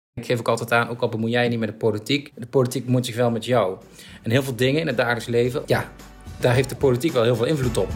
Ik geef ook altijd aan, ook al bemoei jij je niet met de politiek bemoeit zich wel met jou. En heel veel dingen in het dagelijks leven, ja, daar heeft de politiek wel heel veel invloed op.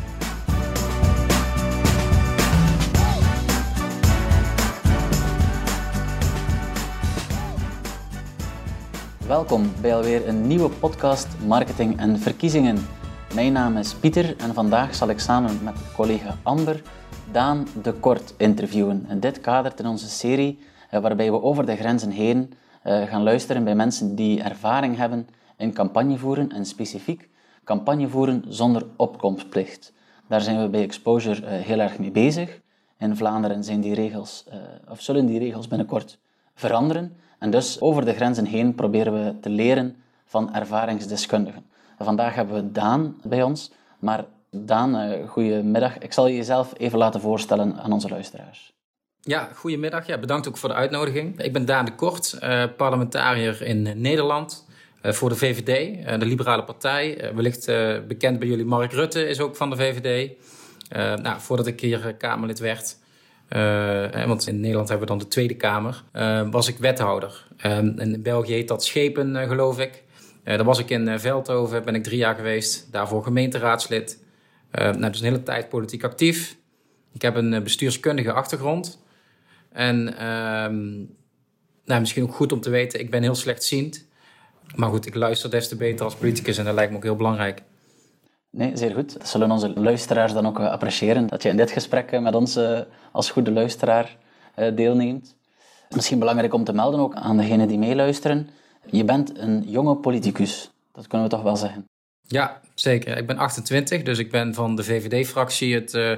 Welkom bij alweer een nieuwe podcast Marketing en Verkiezingen. Mijn naam is Pieter en vandaag zal ik samen met collega Amber Daan de Kort interviewen. En dit kadert in onze serie waarbij we over de grenzen heen gaan luisteren bij mensen die ervaring hebben in campagne voeren en specifiek campagne voeren zonder opkomstplicht. Daar zijn we bij Exposure heel erg mee bezig. In Vlaanderen zijn die regels, zullen die regels binnenkort veranderen. En dus over de grenzen heen proberen we te leren van ervaringsdeskundigen. En vandaag hebben we Daan bij ons. Maar Daan, goedemiddag. Ik zal je jezelf even laten voorstellen aan onze luisteraars. Ja, goedemiddag. Ja, bedankt ook voor de uitnodiging. Ik ben Daan de Kort, parlementariër in Nederland voor de VVD, de Liberale Partij. Wellicht bekend bij jullie, Mark Rutte is ook van de VVD. Voordat ik hier Kamerlid werd, want in Nederland hebben we dan de Tweede Kamer, was ik wethouder. In België heet dat Schepen, geloof ik. Daar was ik in Veldhoven, ben ik 3 jaar geweest. Daarvoor gemeenteraadslid. Dus een hele tijd politiek actief. Ik heb een bestuurskundige achtergrond. En misschien ook goed om te weten, ik ben heel slechtziend. Maar goed, ik luister des te beter als politicus en dat lijkt me ook heel belangrijk. Nee, zeer goed. Dat zullen onze luisteraars dan ook appreciëren, dat je in dit gesprek met ons als goede luisteraar deelneemt. Misschien belangrijk om te melden ook aan degenen die meeluisteren. Je bent een jonge politicus, dat kunnen we toch wel zeggen? Ja, zeker. Ik ben 28, dus ik ben van de VVD-fractie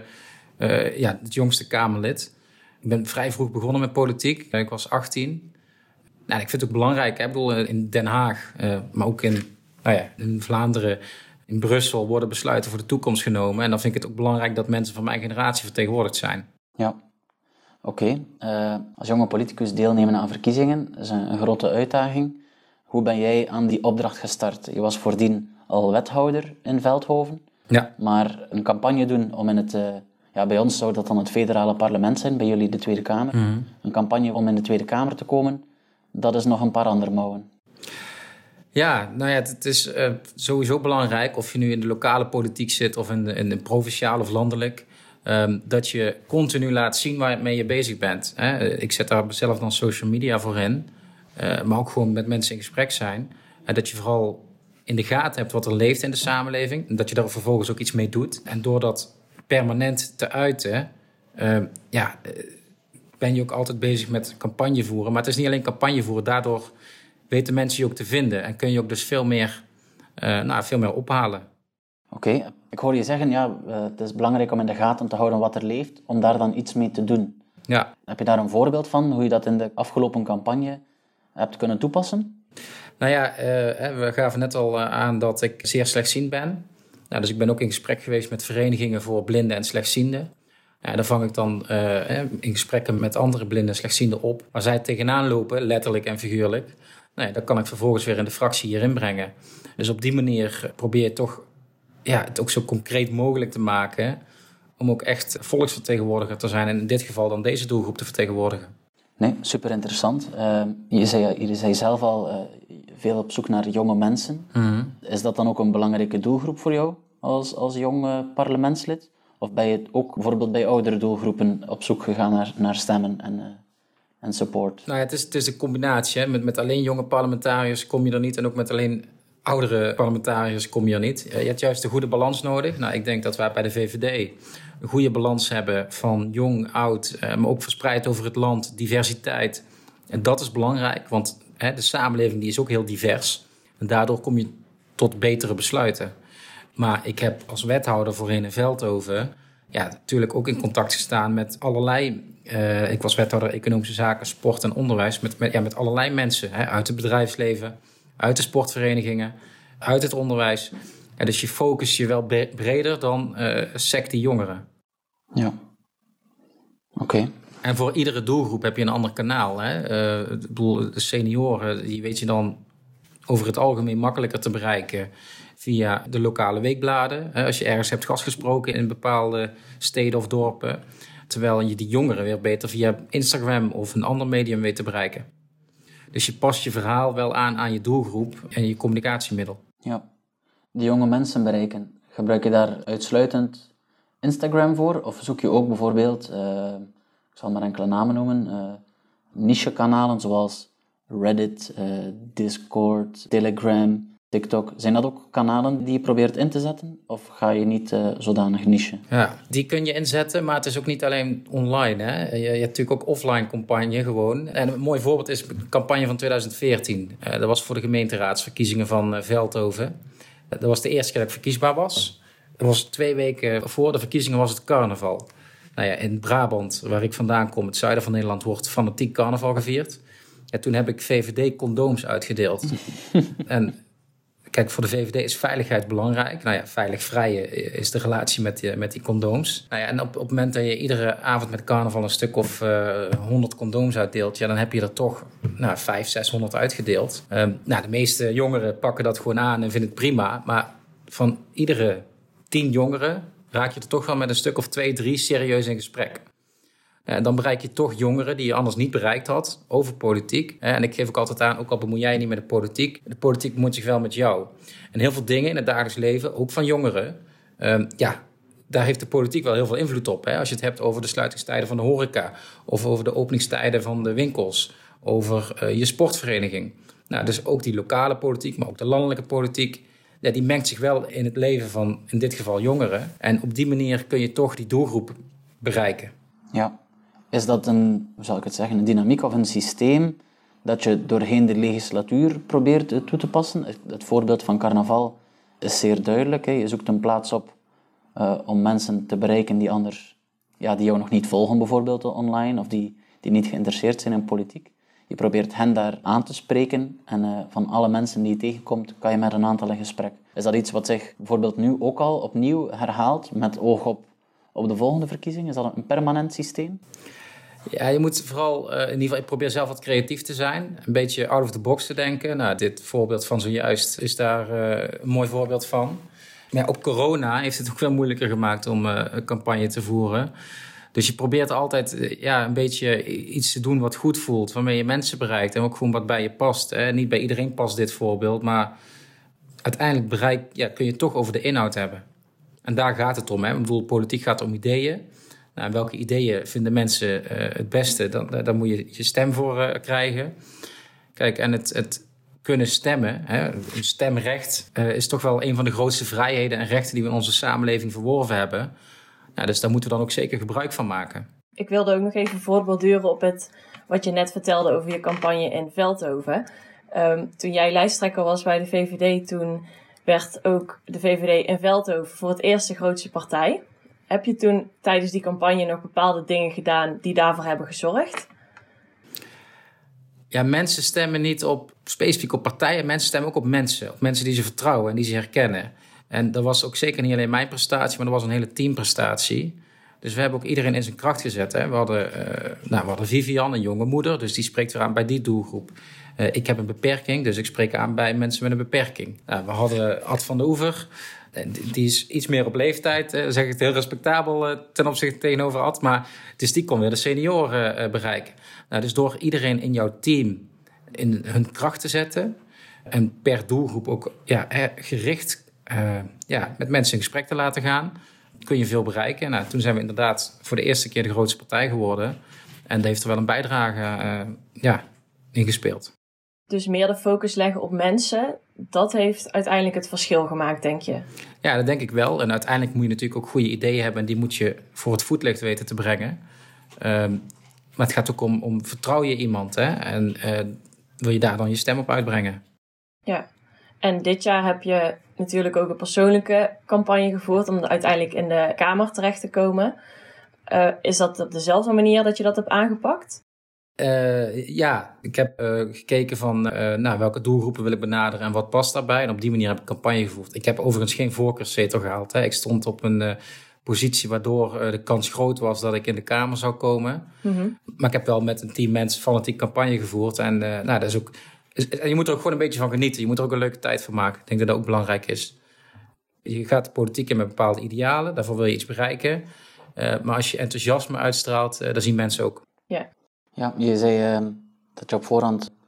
het jongste Kamerlid. Ik ben vrij vroeg begonnen met politiek. Ik was 18. Nou, ik vind het ook belangrijk. Ik bedoel, in Den Haag, maar ook in Vlaanderen, in Brussel worden besluiten voor de toekomst genomen. En dan vind ik het ook belangrijk dat mensen van mijn generatie vertegenwoordigd zijn. Ja, oké. Als jonge politicus deelnemen aan verkiezingen is een grote uitdaging. Hoe ben jij aan die opdracht gestart? Je was voordien al wethouder in Veldhoven. Ja. Maar een campagne doen om in het... bij ons zou dat dan het federale parlement zijn, bij jullie de Tweede Kamer. Mm-hmm. Een campagne om in de Tweede Kamer te komen, dat is nog een paar andere mouwen. Ja, het is sowieso belangrijk, of je nu in de lokale politiek zit of in de provinciale of landelijk, dat je continu laat zien waarmee je bezig bent. Ik zet daar zelf dan social media voor in, maar ook gewoon met mensen in gesprek zijn. Dat je vooral in de gaten hebt wat er leeft in de samenleving, en dat je daar vervolgens ook iets mee doet. En door dat permanent te uiten, ben je ook altijd bezig met campagne voeren. Maar het is niet alleen campagne voeren, daardoor weten mensen je ook te vinden en kun je ook dus veel meer ophalen. Oké. Ik hoor je zeggen, het is belangrijk om in de gaten te houden wat er leeft, om daar dan iets mee te doen. Ja. Heb je daar een voorbeeld van, hoe je dat in de afgelopen campagne hebt kunnen toepassen? We gaven net al aan dat ik zeer slechtziend ben. Dus ik ben ook in gesprek geweest met verenigingen voor blinden en slechtzienden. Daar vang ik dan in gesprekken met andere blinden en slechtzienden op, waar zij tegenaan lopen, letterlijk en figuurlijk. Dat kan ik vervolgens weer in de fractie hierin brengen. Dus op die manier probeer je toch het ook zo concreet mogelijk te maken, om ook echt volksvertegenwoordiger te zijn en in dit geval dan deze doelgroep te vertegenwoordigen. Nee, super interessant. Je zei zelf al veel op zoek naar jonge mensen. Mm-hmm. Is dat dan ook een belangrijke doelgroep voor jou als jong parlementslid? Of ben je ook bijvoorbeeld bij oudere doelgroepen op zoek gegaan naar stemmen en support? Het is een combinatie. Hè. Met alleen jonge parlementariërs kom je er niet en ook met alleen oudere parlementariërs kom je er niet. Je hebt juist een goede balans nodig. Ik denk dat wij bij de VVD een goede balans hebben van jong, oud, maar ook verspreid over het land, diversiteit. En dat is belangrijk, want de samenleving die is ook heel divers. En daardoor kom je tot betere besluiten. Maar ik heb als wethouder voorheen in Veldhoven natuurlijk ook in contact gestaan met allerlei... ik was wethouder Economische Zaken, Sport en Onderwijs met allerlei mensen uit het bedrijfsleven, uit de sportverenigingen, uit het onderwijs. Dus je focust je wel breder dan secte jongeren. Ja. Oké. En voor iedere doelgroep heb je een ander kanaal. De senioren, die weet je dan over het algemeen makkelijker te bereiken via de lokale weekbladen. Als je ergens hebt gastgesproken in bepaalde steden of dorpen. Terwijl je die jongeren weer beter via Instagram of een ander medium weet te bereiken. Dus je past je verhaal wel aan je doelgroep en je communicatiemiddel. Ja, die jonge mensen bereiken. Gebruik je daar uitsluitend Instagram voor? Of zoek je ook bijvoorbeeld, ik zal maar enkele namen noemen, niche-kanalen zoals Reddit, Discord, Telegram, TikTok. Zijn dat ook kanalen die je probeert in te zetten? Of ga je niet zodanig niche? Ja, die kun je inzetten, maar het is ook niet alleen online. Hè? Je hebt natuurlijk ook offline campagne gewoon. En een mooi voorbeeld is de campagne van 2014. Dat was voor de gemeenteraadsverkiezingen van Veldhoven. Dat was de eerste keer dat ik verkiesbaar was. Dat was 2 weken voor de verkiezingen was het carnaval. Nou ja, in Brabant, waar ik vandaan kom, het zuiden van Nederland, wordt fanatiek carnaval gevierd. En toen heb ik VVD-condooms uitgedeeld. En kijk, voor de VVD is veiligheid belangrijk. Nou ja, veilig vrijen is de relatie met die condooms. Nou ja, en op het moment dat je iedere avond met carnaval een stuk of 100 condooms uitdeelt, ja, dan heb je er toch 500, 600 uitgedeeld. De meeste jongeren pakken dat gewoon aan en vinden het prima. Maar van iedere 10 jongeren raak je er toch wel met een stuk of 2, 3 serieus in gesprek. En dan bereik je toch jongeren die je anders niet bereikt had over politiek. En ik geef ook altijd aan, ook al bemoei jij je niet met de politiek bemoeit zich wel met jou. En heel veel dingen in het dagelijks leven, ook van jongeren, daar heeft de politiek wel heel veel invloed op. Als je het hebt over de sluitingstijden van de horeca, of over de openingstijden van de winkels, over je sportvereniging. Nou, dus ook die lokale politiek, maar ook de landelijke politiek, ja, die mengt zich wel in het leven van, in dit geval, jongeren. En op die manier kun je toch die doelgroep bereiken. Ja. Is dat een dynamiek of een systeem dat je doorheen de legislatuur probeert toe te passen? Het voorbeeld van carnaval is zeer duidelijk. Hè? Je zoekt een plaats op om mensen te bereiken die anders, die jou nog niet volgen bijvoorbeeld online, of die niet geïnteresseerd zijn in politiek. Je probeert hen daar aan te spreken en van alle mensen die je tegenkomt, kan je met een aantal in gesprek. Is dat iets wat zich bijvoorbeeld nu ook al opnieuw herhaalt met oog op de volgende verkiezingen? Is dat een permanent systeem? Ja, je moet vooral, in ieder geval, ik probeer zelf wat creatief te zijn. Een beetje out of the box te denken. Nou, dit voorbeeld van zojuist is daar een mooi voorbeeld van. Maar ja, ook corona heeft het ook wel moeilijker gemaakt om een campagne te voeren. Dus je probeert altijd een beetje iets te doen wat goed voelt, waarmee je mensen bereikt en ook gewoon wat bij je past. Hè. Niet bij iedereen past dit voorbeeld, maar uiteindelijk kun je het toch over de inhoud hebben. En daar gaat het om. Hè. Ik bedoel, politiek gaat om ideeën. Nou, welke ideeën vinden mensen het beste? Dan moet je je stem voor krijgen. Kijk, en het kunnen stemmen, hè, een stemrecht, is toch wel een van de grootste vrijheden en rechten die we in onze samenleving verworven hebben. Nou, dus daar moeten we dan ook zeker gebruik van maken. Ik wilde ook nog even voortborduren op wat je net vertelde over je campagne in Veldhoven. Toen jij lijsttrekker was bij de VVD, toen werd ook de VVD in Veldhoven voor het eerst de grootste partij. Heb je toen tijdens die campagne nog bepaalde dingen gedaan die daarvoor hebben gezorgd? Ja, mensen stemmen niet specifiek op partijen. Mensen stemmen ook op mensen. Op mensen die ze vertrouwen en die ze herkennen. En dat was ook zeker niet alleen mijn prestatie, maar dat was een hele teamprestatie. Dus we hebben ook iedereen in zijn kracht gezet. Hè. We hadden Vivian, een jonge moeder, dus die spreekt weer aan bij die doelgroep. Ik heb een beperking, dus ik spreek aan bij mensen met een beperking. We hadden Ad van der Oever. Die is iets meer op leeftijd, zeg ik het heel respectabel ten opzichte tegenover Ad. Maar dus die kon weer de senioren bereiken. Nou, dus door iedereen in jouw team in hun kracht te zetten en per doelgroep ook gericht met mensen in gesprek te laten gaan, kun je veel bereiken. Nou, toen zijn we inderdaad voor de eerste keer de grootste partij geworden. En dat heeft er wel een bijdrage in gespeeld. Dus meer de focus leggen op mensen, dat heeft uiteindelijk het verschil gemaakt, denk je? Ja, dat denk ik wel. En uiteindelijk moet je natuurlijk ook goede ideeën hebben en die moet je voor het voetlicht weten te brengen. Maar het gaat ook om vertrouw je iemand, hè? En wil je daar dan je stem op uitbrengen? Ja, en dit jaar heb je natuurlijk ook een persoonlijke campagne gevoerd om uiteindelijk in de Kamer terecht te komen. Is dat op dezelfde manier dat je dat hebt aangepakt? Ik heb gekeken van welke doelgroepen wil ik benaderen en wat past daarbij. En op die manier heb ik campagne gevoerd. Ik heb overigens geen voorkeurszetel gehaald. Hè. Ik stond op een positie waardoor de kans groot was dat ik in de Kamer zou komen. Mm-hmm. Maar ik heb wel met een team mensen fanatiek campagne gevoerd. En dat is ook. Je moet er ook gewoon een beetje van genieten. Je moet er ook een leuke tijd van maken. Ik denk dat dat ook belangrijk is. Je gaat de politiek in met bepaalde idealen. Daarvoor wil je iets bereiken. Maar als je enthousiasme uitstraalt, dan zien mensen ook. Ja. Ja, je zei dat je op voorhand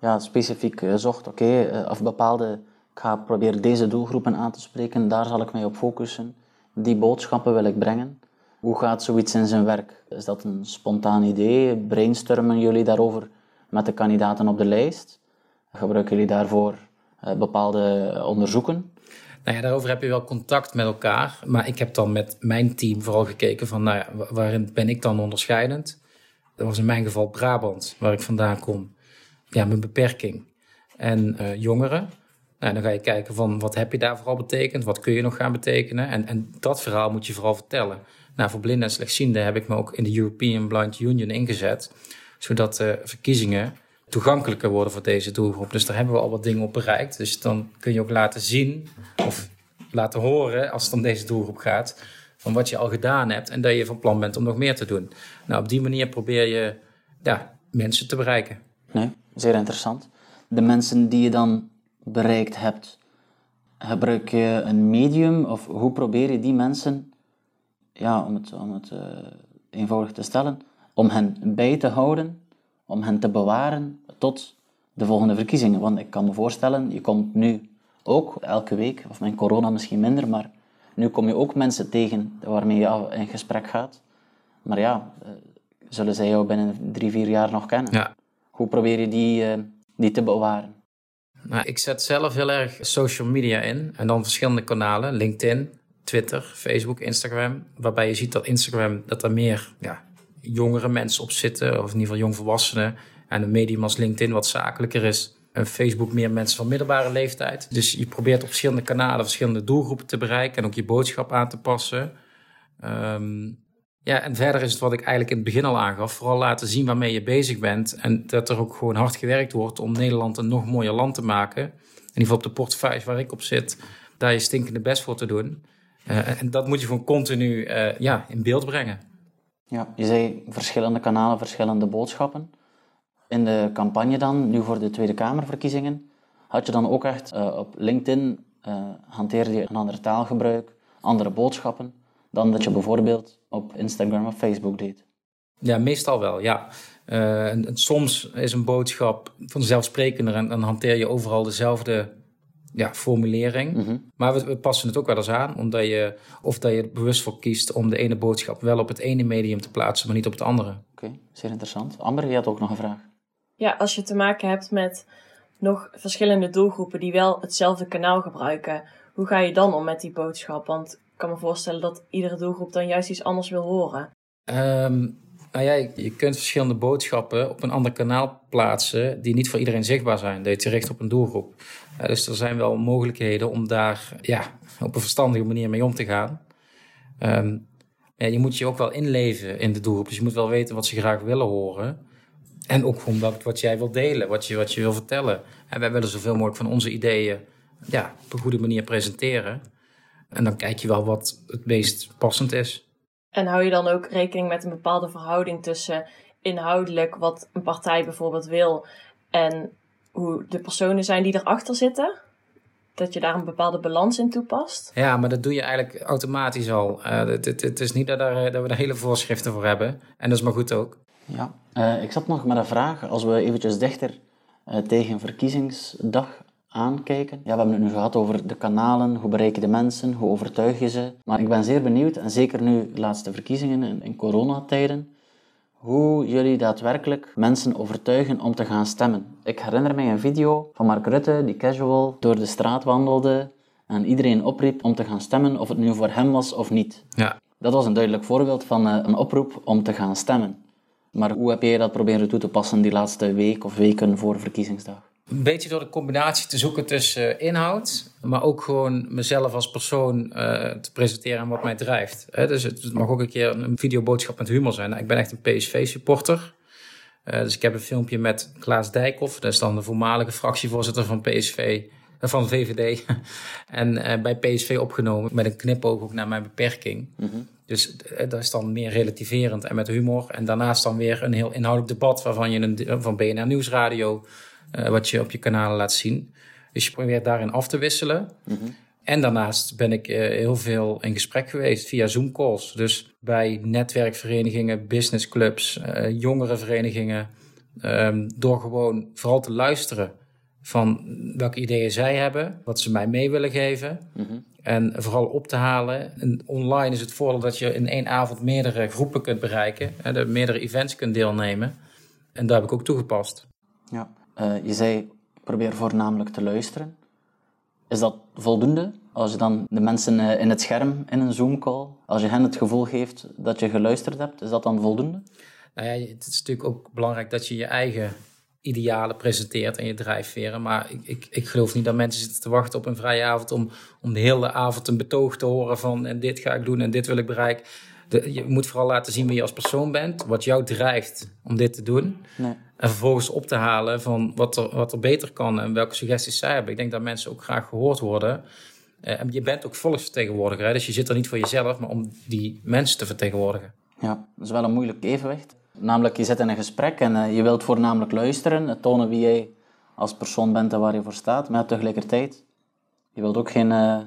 specifiek zocht, of bepaalde, ik ga proberen deze doelgroepen aan te spreken, daar zal ik mij op focussen. Die boodschappen wil ik brengen. Hoe gaat zoiets in zijn werk? Is dat een spontaan idee? Brainstormen jullie daarover met de kandidaten op de lijst? Gebruiken jullie daarvoor bepaalde onderzoeken? Nou ja, daarover heb je wel contact met elkaar. Maar ik heb dan met mijn team vooral gekeken van, waarin ben ik dan onderscheidend? Dat was in mijn geval Brabant, waar ik vandaan kom. Ja, mijn beperking. En jongeren. Nou, dan ga je kijken van, wat heb je daar vooral betekend? Wat kun je nog gaan betekenen? En dat verhaal moet je vooral vertellen. Nou, voor blinden en slechtzienden heb ik me ook in de European Blind Union ingezet. Zodat de verkiezingen toegankelijker worden voor deze doelgroep. Dus daar hebben we al wat dingen op bereikt. Dus dan kun je ook laten zien of laten horen, als het om deze doelgroep gaat, van wat je al gedaan hebt en dat je van plan bent om nog meer te doen. Nou, op die manier probeer je mensen te bereiken. Nee, zeer interessant. De mensen die je dan bereikt hebt, gebruik je een medium of hoe probeer je die mensen, om het eenvoudig te stellen, om hen bij te houden, om hen te bewaren tot de volgende verkiezingen? Want ik kan me voorstellen, je komt nu ook elke week, of met corona misschien minder, maar nu kom je ook mensen tegen waarmee je in gesprek gaat. Maar zullen zij jou binnen 3-4 jaar nog kennen? Ja. Hoe probeer je die te bewaren? Nou, ik zet zelf heel erg social media in en dan verschillende kanalen, LinkedIn, Twitter, Facebook, Instagram, waarbij je ziet dat Instagram, dat er meer jongere mensen op zitten, of in ieder geval jongvolwassenen, en een medium als LinkedIn wat zakelijker is, en Facebook meer mensen van middelbare leeftijd. Dus je probeert op verschillende kanalen verschillende doelgroepen te bereiken en ook je boodschap aan te passen. En verder is het wat ik eigenlijk in het begin al aangaf, vooral laten zien waarmee je bezig bent en dat er ook gewoon hard gewerkt wordt om Nederland een nog mooier land te maken. In ieder geval op de portefeuille waar ik op zit, daar je stinkende best voor te doen. En dat moet je gewoon continu in beeld brengen. Ja, je zei verschillende kanalen, verschillende boodschappen. In de campagne dan, nu voor de Tweede Kamerverkiezingen, had je dan ook echt op LinkedIn, hanteerde je een ander taalgebruik, andere boodschappen, dan dat je bijvoorbeeld op Instagram of Facebook deed? Ja, meestal wel, ja. En soms is een boodschap vanzelfsprekender en dan hanteer je overal dezelfde formulering. Mm-hmm. Maar we passen het ook wel eens aan, omdat je er bewust voor kiest om de ene boodschap wel op het ene medium te plaatsen, maar niet op het andere. Oké, zeer interessant. Amber, je had ook nog een vraag. Ja, als je te maken hebt met nog verschillende doelgroepen die wel hetzelfde kanaal gebruiken, hoe ga je dan om met die boodschap? Want ik kan me voorstellen dat iedere doelgroep dan juist iets anders wil horen. Je kunt verschillende boodschappen op een ander kanaal plaatsen die niet voor iedereen zichtbaar zijn. Dat je richt op een doelgroep. Dus er zijn wel mogelijkheden om daar op een verstandige manier mee om te gaan. Je moet je ook wel inleven in de doelgroep. Dus je moet wel weten wat ze graag willen horen. En ook gewoon wat jij wil delen, wat je wil vertellen. En wij willen zoveel mogelijk van onze ideeën op een goede manier presenteren. En dan kijk je wel wat het meest passend is. En hou je dan ook rekening met een bepaalde verhouding tussen inhoudelijk wat een partij bijvoorbeeld wil en hoe de personen zijn die erachter zitten? Dat je daar een bepaalde balans in toepast? Ja, maar dat doe je eigenlijk automatisch al. Het is niet dat we daar hele voorschriften voor hebben. En dat is maar goed ook. Ja, ik zat nog met een vraag. Als we eventjes dichter tegen verkiezingsdag aankijken. Ja, we hebben het nu gehad over de kanalen, hoe bereik je de mensen, hoe overtuig je ze. Maar ik ben zeer benieuwd, en zeker nu de laatste verkiezingen in coronatijden, hoe jullie daadwerkelijk mensen overtuigen om te gaan stemmen. Ik herinner mij een video van Mark Rutte, die casual door de straat wandelde en iedereen opriep om te gaan stemmen, of het nu voor hem was of niet. Ja. Dat was een duidelijk voorbeeld van een oproep om te gaan stemmen. Maar hoe heb jij dat proberen toe te passen die laatste week of weken voor verkiezingsdag? Een beetje door de combinatie te zoeken tussen inhoud, maar ook gewoon mezelf als persoon te presenteren en wat mij drijft. Dus het mag ook een keer een videoboodschap met humor zijn. Nou, ik ben echt een PSV-supporter. Dus ik heb een filmpje met Klaas Dijkhoff, dat is dan de voormalige fractievoorzitter van van VVD. En bij PSV opgenomen met een knipoog ook naar mijn beperking. Mm-hmm. Dus dat is dan meer relativerend en met humor. En daarnaast dan weer een heel inhoudelijk debat waarvan je van BNR Nieuwsradio wat je op je kanalen laat zien. Dus je probeert daarin af te wisselen. Mm-hmm. En daarnaast ben ik heel veel in gesprek geweest via Zoom-calls. Dus bij netwerkverenigingen, businessclubs, jongerenverenigingen, Door gewoon vooral te luisteren van welke ideeën zij hebben, wat ze mij mee willen geven. Mm-hmm. En vooral op te halen. En online is het voordeel dat je in 1 avond meerdere groepen kunt bereiken. En meerdere events kunt deelnemen. En daar heb ik ook toegepast. Ja. Je zei, probeer voornamelijk te luisteren. Is dat voldoende? Als je dan de mensen in het scherm, in een Zoom-call, als je hen het gevoel geeft dat je geluisterd hebt, is dat dan voldoende? Nou ja, het is natuurlijk ook belangrijk dat je je eigen idealen presenteert en je drijfveren. Maar ik geloof niet dat mensen zitten te wachten op een vrije avond om de hele avond een betoog te horen van en dit ga ik doen en dit wil ik bereiken. Je moet vooral laten zien wie je als persoon bent, wat jou drijft om dit te doen. Nee. En vervolgens op te halen van wat er beter kan en welke suggesties zij hebben. Ik denk dat mensen ook graag gehoord worden. En je bent ook volksvertegenwoordiger, hè? Dus je zit er niet voor jezelf, maar om die mensen te vertegenwoordigen. Ja, dat is wel een moeilijk evenwicht. Namelijk, je zit in een gesprek en je wilt voornamelijk luisteren, tonen wie jij als persoon bent en waar je voor staat. Maar tegelijkertijd, je wilt ook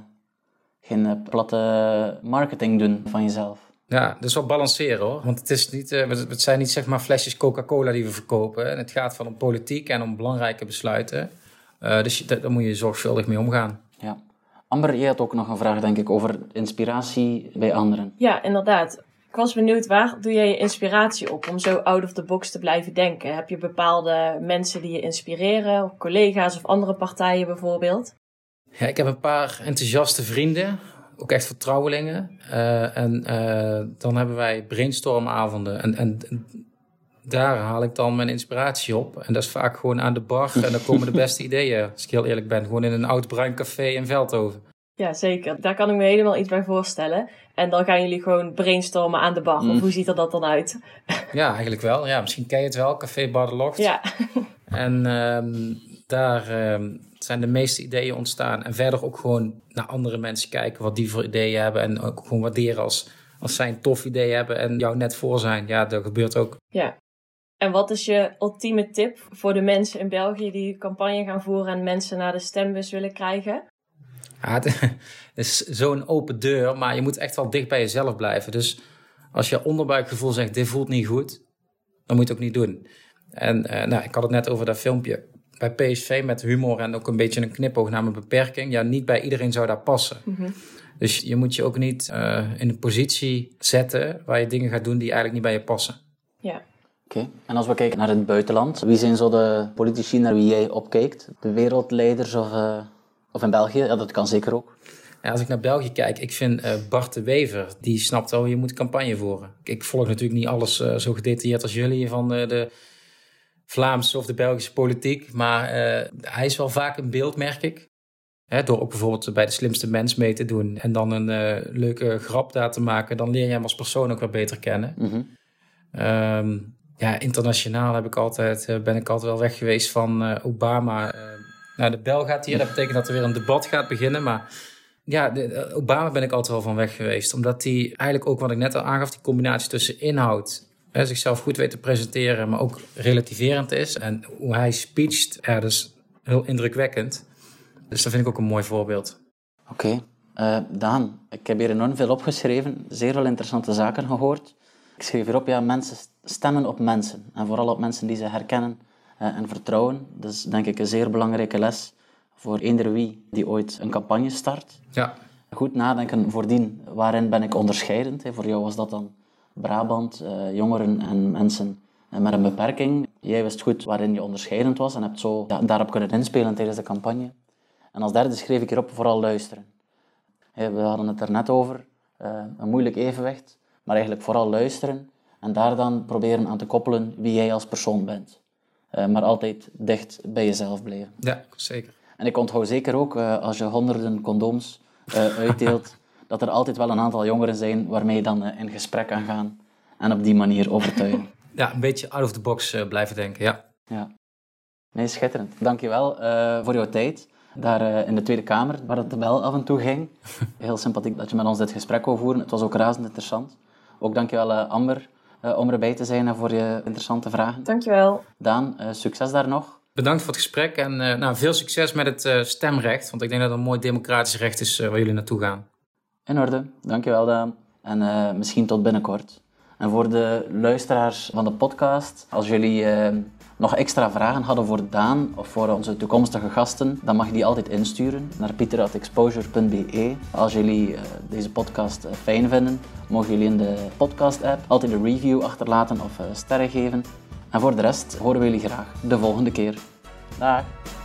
geen platte marketing doen van jezelf. Ja, dus wel balanceren hoor. Want het is niet, het zijn niet zeg maar flesjes Coca-Cola die we verkopen. En het gaat van om politiek en om belangrijke besluiten. Dus daar moet je zorgvuldig mee omgaan. Ja. Amber, jij had ook nog een vraag, denk ik, over inspiratie bij anderen. Ja, inderdaad. Ik was benieuwd, waar doe jij je inspiratie op om zo out of the box te blijven denken? Heb je bepaalde mensen die je inspireren, of collega's of andere partijen bijvoorbeeld? Ja, ik heb een paar enthousiaste vrienden, ook echt vertrouwelingen. Dan hebben wij brainstormavonden en daar haal ik dan mijn inspiratie op. En dat is vaak gewoon aan de bar en dan komen de beste ideeën, als ik heel eerlijk ben. Gewoon in een oud bruin café in Veldhoven. Ja, zeker. Daar kan ik me helemaal iets bij voorstellen. En dan gaan jullie gewoon brainstormen aan de bar. Of hoe ziet er dat dan uit? Ja, eigenlijk wel. Ja, misschien ken je het wel. Café Bar de Locht. Ja. En daar zijn de meeste ideeën ontstaan. En verder ook gewoon naar andere mensen kijken wat die voor ideeën hebben. En ook gewoon waarderen als zij een tof idee hebben en jou net voor zijn. Ja, dat gebeurt ook. Ja. En wat is je ultieme tip voor de mensen in België die campagne gaan voeren en mensen naar de stembus willen krijgen? Ja, het is zo'n open deur, maar je moet echt wel dicht bij jezelf blijven. Dus als je onderbuikgevoel zegt, dit voelt niet goed, dan moet je het ook niet doen. En ik had het net over dat filmpje bij PSV met humor en ook een beetje een knipoog naar mijn beperking. Ja, niet bij iedereen zou dat passen. Mm-hmm. Dus je moet je ook niet in een positie zetten waar je dingen gaat doen die eigenlijk niet bij je passen. Ja. Oké. En als we kijken naar het buitenland, wie zijn zo de politici naar wie jij opkijkt? De wereldleiders of in België? Ja, dat kan zeker ook. Ja, als ik naar België kijk, ik vind Bart de Wever, die snapt wel, je moet campagne voeren. Ik volg natuurlijk niet alles zo gedetailleerd als jullie van de Vlaamse of de Belgische politiek. Maar hij is wel vaak een beeld, merk ik. Door ook bijvoorbeeld bij de slimste mens mee te doen en dan een leuke grap daar te maken, dan leer je hem als persoon ook weer beter kennen. Mm-hmm. Internationaal ben ik altijd wel weg geweest van Obama. De bel gaat hier, dat betekent dat er weer een debat gaat beginnen. Maar ja, Obama ben ik altijd wel van weg geweest. Omdat hij eigenlijk ook, wat ik net al aangaf, die combinatie tussen inhoud, zichzelf goed weet te presenteren, maar ook relativerend is. En hoe hij speecht, dat is heel indrukwekkend. Dus dat vind ik ook een mooi voorbeeld. Oké. Daan, ik heb hier enorm veel opgeschreven. Zeer veel interessante zaken gehoord. Ik schreef hierop, mensen stemmen op mensen. En vooral op mensen die ze herkennen en vertrouwen. Dat is denk ik een zeer belangrijke les voor eender wie die ooit een campagne start. Ja. Goed nadenken voordien, waarin ben ik onderscheidend? Voor jou was dat dan Brabant, jongeren en mensen met een beperking. Jij wist goed waarin je onderscheidend was en hebt zo daarop kunnen inspelen tijdens de campagne. En als derde schreef ik hierop vooral luisteren. We hadden het er net over, een moeilijk evenwicht, maar eigenlijk vooral luisteren en daar dan proberen aan te koppelen wie jij als persoon bent. Maar altijd dicht bij jezelf blijven. Ja, zeker. En ik onthoud zeker ook, als je honderden condooms uitdeelt, dat er altijd wel een aantal jongeren zijn waarmee je dan in gesprek kan gaan en op die manier overtuigen. Ja, een beetje out of the box blijven denken, ja. Nee, schitterend. Dankjewel voor jouw tijd. Daar in de Tweede Kamer, waar het de bel af en toe ging. Heel sympathiek dat je met ons dit gesprek wou voeren. Het was ook razend interessant. Ook dankjewel Amber om erbij te zijn en voor je interessante vragen. Dankjewel. Daan, succes daar nog. Bedankt voor het gesprek en veel succes met het stemrecht. Want ik denk dat het een mooi democratisch recht is waar jullie naartoe gaan. In orde. Dankjewel Daan. En misschien tot binnenkort. En voor de luisteraars van de podcast, als jullie nog extra vragen hadden voor Daan of voor onze toekomstige gasten, dan mag je die altijd insturen naar pieter@exposure.be. Als jullie deze podcast fijn vinden, mogen jullie in de podcast-app altijd een review achterlaten of sterren geven. En voor de rest horen we jullie graag de volgende keer. Dag!